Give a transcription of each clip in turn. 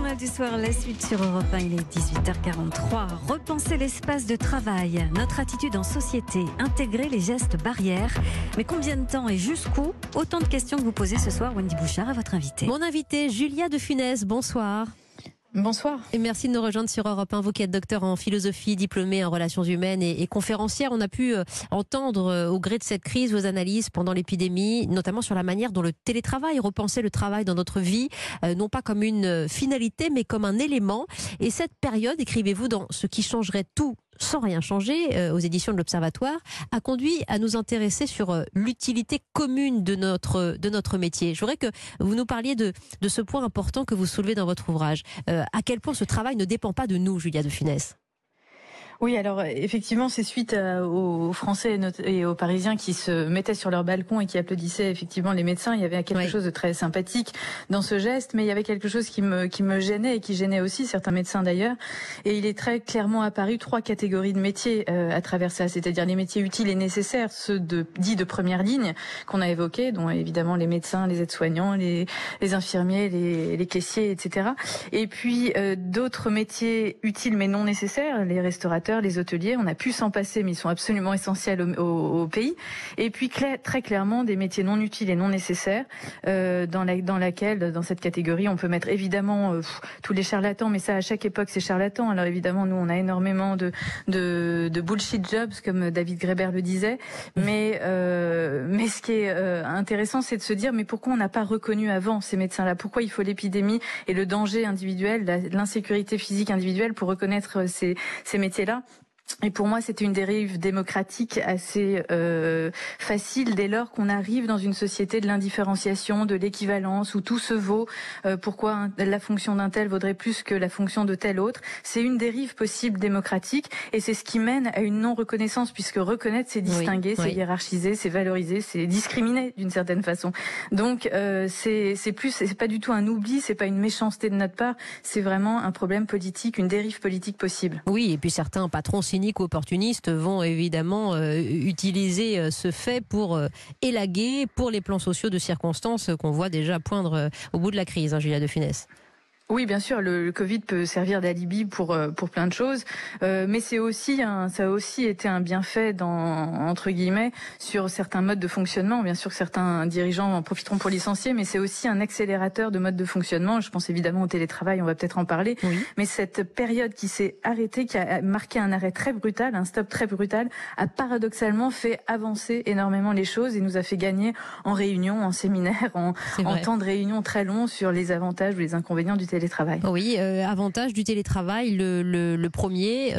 journal du soir, la suite sur Europe 1, il est 18h43. Repenser l'espace de travail, notre attitude en société, intégrer les gestes barrières. Mais combien de temps et jusqu'où? Autant de questions que vous posez ce soir. Wendy Bouchard est votre invitée. Mon invitée, Julia de Funès, bonsoir. Bonsoir. Et merci de nous rejoindre sur Europe 1. Vous qui êtes docteur en philosophie, diplômée en relations humaines et conférencière, on a pu entendre au gré de cette crise vos analyses pendant l'épidémie, notamment sur la manière dont le télétravail, repenser le travail dans notre vie, non pas comme une finalité, mais comme un élément. Et cette période, écrivez-vous dans Ce qui changerait tout sans rien changer, aux éditions de l'Observatoire, a conduit à nous intéresser sur l'utilité commune de notre métier. Je voudrais que vous nous parliez de ce point important que vous soulevez dans votre ouvrage. À quel point ce travail ne dépend pas de nous, Julia de Funès. Oui, alors effectivement, c'est suite aux Français et aux Parisiens qui se mettaient sur leur balcon et qui applaudissaient effectivement les médecins. Il y avait quelque chose de très sympathique dans ce geste, mais il y avait quelque chose qui me gênait et qui gênait aussi certains médecins d'ailleurs. Et il est très clairement apparu 3 catégories de métiers à travers ça, c'est-à-dire les métiers utiles et nécessaires, ceux dits de première ligne qu'on a évoqués, dont évidemment les médecins, les aides-soignants, les infirmiers, les caissiers, etc. Et puis d'autres métiers utiles mais non nécessaires, les restaurateurs, les hôteliers, on a pu s'en passer, mais ils sont absolument essentiels au pays. Et puis très clairement des métiers non utiles et non nécessaires, dans cette catégorie, on peut mettre évidemment tous les charlatans, mais ça à chaque époque c'est charlatan. Alors évidemment, nous on a énormément de bullshit jobs, comme David Graeber le disait. Mais ce qui est intéressant, c'est de se dire, mais pourquoi on n'a pas reconnu avant ces médecins-là? Pourquoi il faut l'épidémie et le danger individuel, l'insécurité physique individuelle pour reconnaître ces métiers-là? Et pour moi, c'était une dérive démocratique assez facile dès lors qu'on arrive dans une société de l'indifférenciation, de l'équivalence, où tout se vaut. Pourquoi la fonction d'un tel vaudrait plus que la fonction de tel autre? C'est une dérive possible démocratique, et c'est ce qui mène à une non-reconnaissance, puisque reconnaître, c'est distinguer, c'est hiérarchiser, c'est valoriser, c'est discriminer d'une certaine façon. Donc c'est pas du tout un oubli, c'est pas une méchanceté de notre part, c'est vraiment un problème politique, une dérive politique possible. Oui, et puis certains patrons cyniques ou opportunistes vont évidemment utiliser ce fait pour élaguer pour les plans sociaux de circonstances qu'on voit déjà poindre au bout de la crise, Julia de Funès. Oui, bien sûr, le Covid peut servir d'alibi pour plein de choses, mais ça a aussi été un bienfait entre guillemets sur certains modes de fonctionnement. Bien sûr que certains dirigeants en profiteront pour licencier, mais c'est aussi un accélérateur de mode de fonctionnement. Je pense évidemment au télétravail, on va peut-être en parler. Oui. Mais cette période qui s'est arrêtée, qui a marqué un arrêt très brutal, un stop très brutal, a paradoxalement fait avancer énormément les choses et nous a fait gagner en réunion, en séminaire, en temps de réunion très long sur les avantages ou les inconvénients du télétravail. Oui, avantage du télétravail, le premier,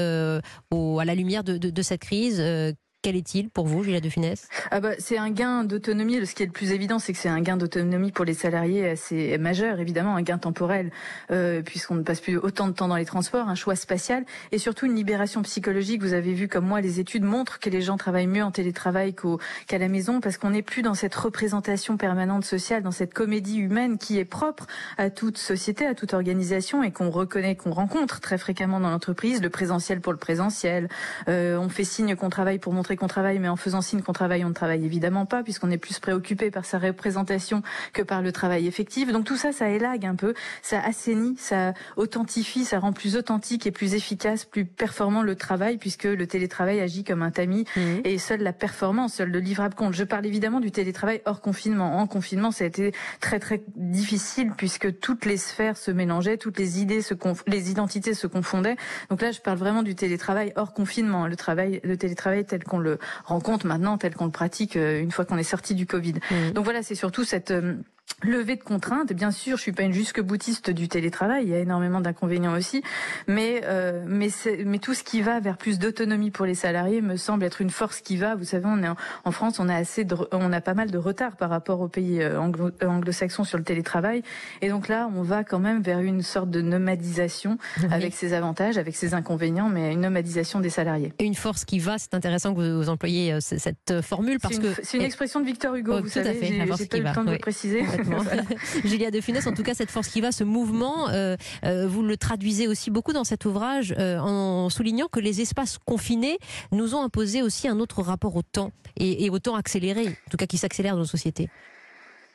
à la lumière de cette crise. Quel est-il pour vous, Julia de Funès? C'est un gain d'autonomie. Ce qui est le plus évident, c'est que c'est un gain d'autonomie pour les salariés assez majeur, évidemment, un gain temporel, puisqu'on ne passe plus autant de temps dans les transports, un choix spatial, et surtout une libération psychologique. Vous avez vu comme moi, les études montrent que les gens travaillent mieux en télétravail qu'à la maison, parce qu'on n'est plus dans cette représentation permanente sociale, dans cette comédie humaine qui est propre à toute société, à toute organisation, et qu'on reconnaît, qu'on rencontre très fréquemment dans l'entreprise, le présentiel pour le présentiel. On fait signe qu'on travaille pour montrer qu'on travaille, mais en faisant signe qu'on travaille, on ne travaille évidemment pas, puisqu'on est plus préoccupé par sa représentation que par le travail effectif. Donc tout ça, ça élague un peu, ça assainit, ça authentifie, ça rend plus authentique et plus efficace, plus performant le travail, puisque le télétravail agit comme un tamis, et seule la performance, seul le livrable compte. Je parle évidemment du télétravail hors confinement. En confinement, ça a été très très difficile, puisque toutes les sphères se mélangeaient, toutes les idées les identités se confondaient. Donc là, je parle vraiment du télétravail hors confinement, le télétravail tel qu'on le rencontre maintenant, tel qu'on le pratique une fois qu'on est sorti du Covid. Donc voilà, c'est surtout cette levée de contraintes. Bien sûr, je suis pas une jusque-boutiste du télétravail, il y a énormément d'inconvénients aussi, mais tout ce qui va vers plus d'autonomie pour les salariés me semble être une force qui va. Vous savez, en France, on a pas mal de retard par rapport aux pays anglo-saxons sur le télétravail, et donc là, on va quand même vers une sorte de nomadisation avec ses avantages, avec ses inconvénients, mais une nomadisation des salariés. Et une force qui va, c'est intéressant que vous employiez cette formule parce que c'est une expression de Victor Hugo. Vous savez, j'ai pas eu le temps de le préciser. Julia de Funès, en tout cas, cette force qui va, ce mouvement, vous le traduisez aussi beaucoup dans cet ouvrage en soulignant que les espaces confinés nous ont imposé aussi un autre rapport au temps et au temps accéléré, en tout cas qui s'accélère dans nos sociétés.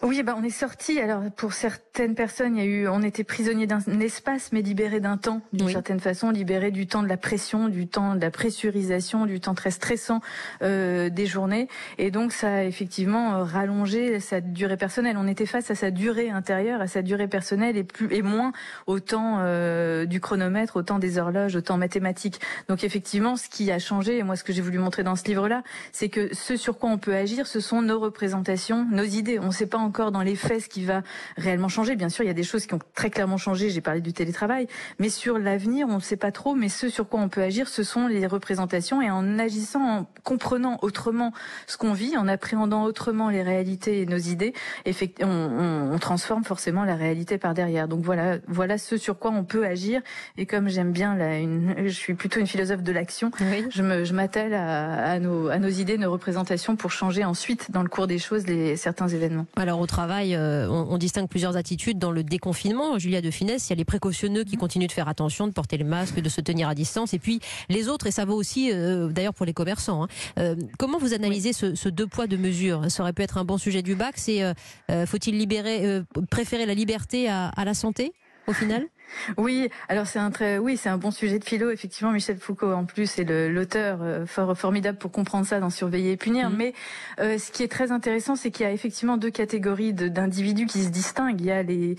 Oui, on est sorti. Alors pour certaines personnes, on était prisonnier d'un espace, mais libéré d'un temps, d'une certaine façon, libéré du temps de la pression, du temps de la pressurisation, du temps très stressant des journées. Et donc ça a effectivement rallongé sa durée personnelle. On était face à sa durée intérieure, à sa durée personnelle, et moins au temps du chronomètre, au temps des horloges, au temps mathématique. Donc effectivement, ce qui a changé, et moi ce que j'ai voulu montrer dans ce livre-là, c'est que ce sur quoi on peut agir, ce sont nos représentations, nos idées. On ne sait pas encore dans les faits ce qui va réellement changer. Bien sûr, il y a des choses qui ont très clairement changé. J'ai parlé du télétravail, mais sur l'avenir, on ne sait pas trop. Mais ce sur quoi on peut agir, ce sont les représentations, et en agissant, en comprenant autrement ce qu'on vit, en appréhendant autrement les réalités et nos idées, on transforme forcément la réalité par derrière. Donc voilà ce sur quoi on peut agir. Et comme j'aime bien, je suis plutôt une philosophe de l'action. Oui. Je m'attelle à nos idées, nos représentations pour changer ensuite dans le cours des choses certains événements. Alors au travail, on distingue plusieurs attitudes dans le déconfinement. Julia de Finesse, il y a les précautionneux qui continuent de faire attention, de porter le masque, de se tenir à distance, et puis les autres, et ça vaut aussi d'ailleurs pour les commerçants. Comment vous analysez ce deux poids deux mesures? Ça aurait pu être un bon sujet du bac. Faut-il préférer la liberté à la santé au final? Oui, alors c'est un bon sujet de philo. Effectivement, Michel Foucault en plus est l'auteur formidable pour comprendre ça dans Surveiller et punir. Mais ce qui est très intéressant, c'est qu'il y a effectivement deux catégories d'individus qui se distinguent. Il y a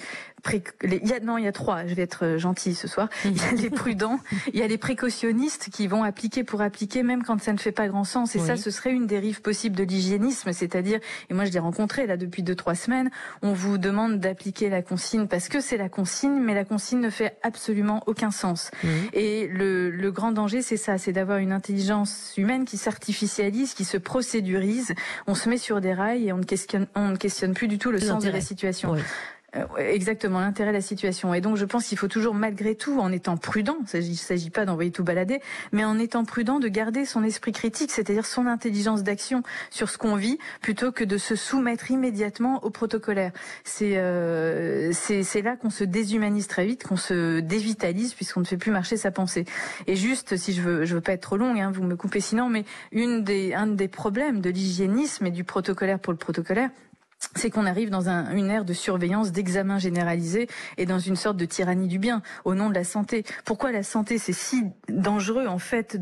il y a trois. Je vais être gentille ce soir. Il y a les prudents, il y a les précautionnistes qui vont appliquer pour appliquer, même quand ça ne fait pas grand sens. Et ça, ce serait une dérive possible de l'hygiénisme, c'est-à-dire, et moi je l'ai rencontré là depuis 2-3 semaines, on vous demande d'appliquer la consigne parce que c'est la consigne, mais la consigne ne fait absolument aucun sens. Et le grand danger, c'est ça, c'est d'avoir une intelligence humaine qui s'artificialise, qui se procédurise. On se met sur des rails et on ne questionne plus du tout le sens de la situation. Oui. Exactement, l'intérêt de la situation. Et donc je pense qu'il faut toujours, malgré tout, en étant prudent, il ne s'agit pas d'envoyer tout balader, mais en étant prudent, de garder son esprit critique, c'est-à-dire son intelligence d'action sur ce qu'on vit, plutôt que de se soumettre immédiatement au protocolaire. C'est là qu'on se déshumanise très vite, qu'on se dévitalise, puisqu'on ne fait plus marcher sa pensée. Et juste, si je veux pas être trop longue, vous me coupez sinon, mais un des problèmes de l'hygiénisme et du protocolaire pour le protocolaire, c'est qu'on arrive dans une ère de surveillance, d'examen généralisé et dans une sorte de tyrannie du bien au nom de la santé. Pourquoi la santé, c'est si dangereux en fait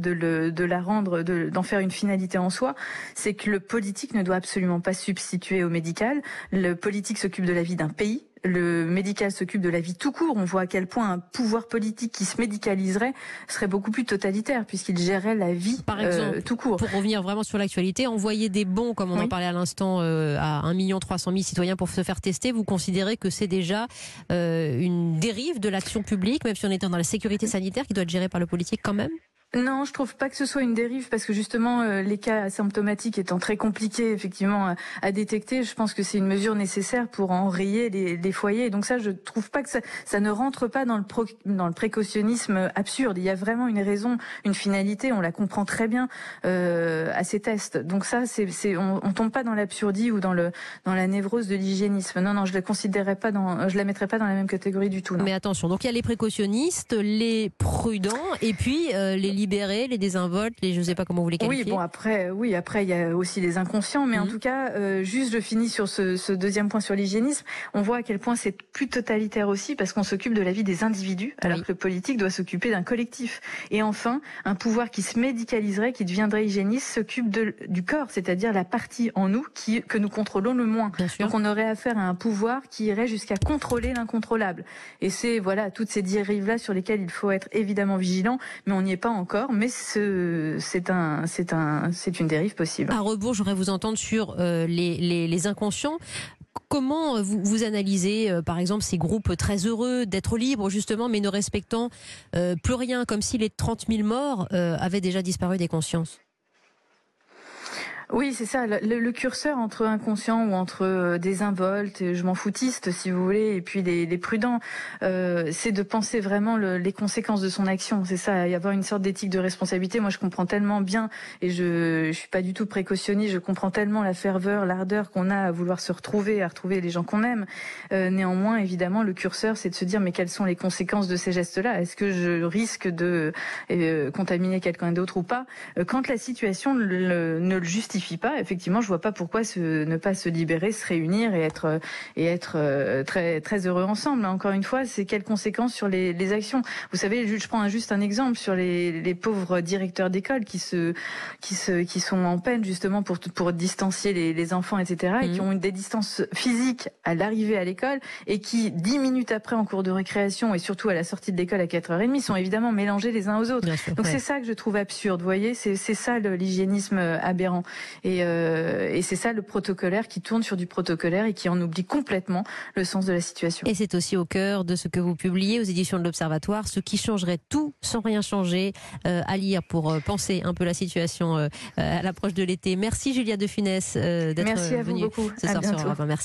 d'en faire une finalité en soi? C'est que le politique ne doit absolument pas substituer au médical. Le politique s'occupe de la vie d'un pays. Le médical s'occupe de la vie tout court. On voit à quel point un pouvoir politique qui se médicaliserait serait beaucoup plus totalitaire puisqu'il gérerait la vie tout court. Pour revenir vraiment sur l'actualité, envoyer des bons, comme on en parlait à l'instant, à 1 300 000 citoyens pour se faire tester, vous considérez que c'est déjà une dérive de l'action publique, même si on est dans la sécurité sanitaire qui doit être gérée par le politique quand même? Non, je trouve pas que ce soit une dérive parce que justement les cas asymptomatiques étant très compliqués effectivement à détecter, je pense que c'est une mesure nécessaire pour enrayer les foyers. Et donc ça, je trouve pas que ça ne rentre pas dans le précautionnisme absurde. Il y a vraiment une raison, une finalité, on la comprend très bien à ces tests. Donc ça, on tombe pas dans l'absurdie ou dans la névrose de l'hygiénisme. Non, je la mettrais pas dans la même catégorie du tout. Non. Mais attention, donc il y a les précautionnistes, les prudents et puis les libérés, les désinvoltes, je ne sais pas comment vous les qualifiez. Oui, après il y a aussi les inconscients, mais en tout cas, juste je finis sur ce deuxième point sur l'hygiénisme. On voit à quel point c'est plus totalitaire aussi parce qu'on s'occupe de la vie des individus, alors que le politique doit s'occuper d'un collectif. Et enfin, un pouvoir qui se médicaliserait, qui deviendrait hygiéniste, s'occupe du corps, c'est-à-dire la partie en nous que nous contrôlons le moins. Donc on aurait affaire à un pouvoir qui irait jusqu'à contrôler l'incontrôlable. Et c'est toutes ces dérives-là sur lesquelles il faut être évidemment vigilant, mais on n'y est pas encore. Mais c'est une dérive possible. À rebours, j'aimerais vous entendre sur les inconscients. Comment vous analysez, par exemple, ces groupes très heureux d'être libres, justement, mais ne respectant plus rien, comme si les 30 000 morts avaient déjà disparu des consciences? Oui, c'est ça. Le curseur entre inconscient ou entre désinvolte, je m'en foutiste, si vous voulez, et puis les prudents, c'est de penser vraiment les conséquences de son action. C'est ça, y avoir une sorte d'éthique de responsabilité. Moi, je comprends tellement bien, et je suis pas du tout précautionniste, je comprends tellement la ferveur, l'ardeur qu'on a à vouloir se retrouver, à retrouver les gens qu'on aime. Néanmoins, évidemment, le curseur, c'est de se dire, mais quelles sont les conséquences de ces gestes-là? Est-ce que je risque de contaminer quelqu'un d'autre ou pas? Quand la situation ne le justifie justifie pas. Effectivement, je vois pas pourquoi ne pas se libérer, se réunir et être très très heureux ensemble. Encore une fois, c'est quelles conséquences sur les actions. Vous savez, je prends juste un exemple sur les pauvres directeurs d'école qui sont en peine justement pour distancier les enfants, etc. Et qui ont des distances physiques à l'arrivée à l'école et qui 10 minutes après en cours de récréation et surtout à la sortie de l'école à 4h30 sont évidemment mélangés les uns aux autres. Donc c'est ça que je trouve absurde. Vous voyez, c'est ça l'hygiénisme aberrant. Et c'est ça le protocolaire qui tourne sur du protocolaire et qui en oublie complètement le sens de la situation. Et c'est aussi au cœur de ce que vous publiez aux éditions de l'Observatoire, ce qui changerait tout sans rien changer, à lire pour penser un peu la situation à l'approche de l'été. Merci Julia de Funès d'être venue beaucoup. ce soir sur Europe 1. Merci.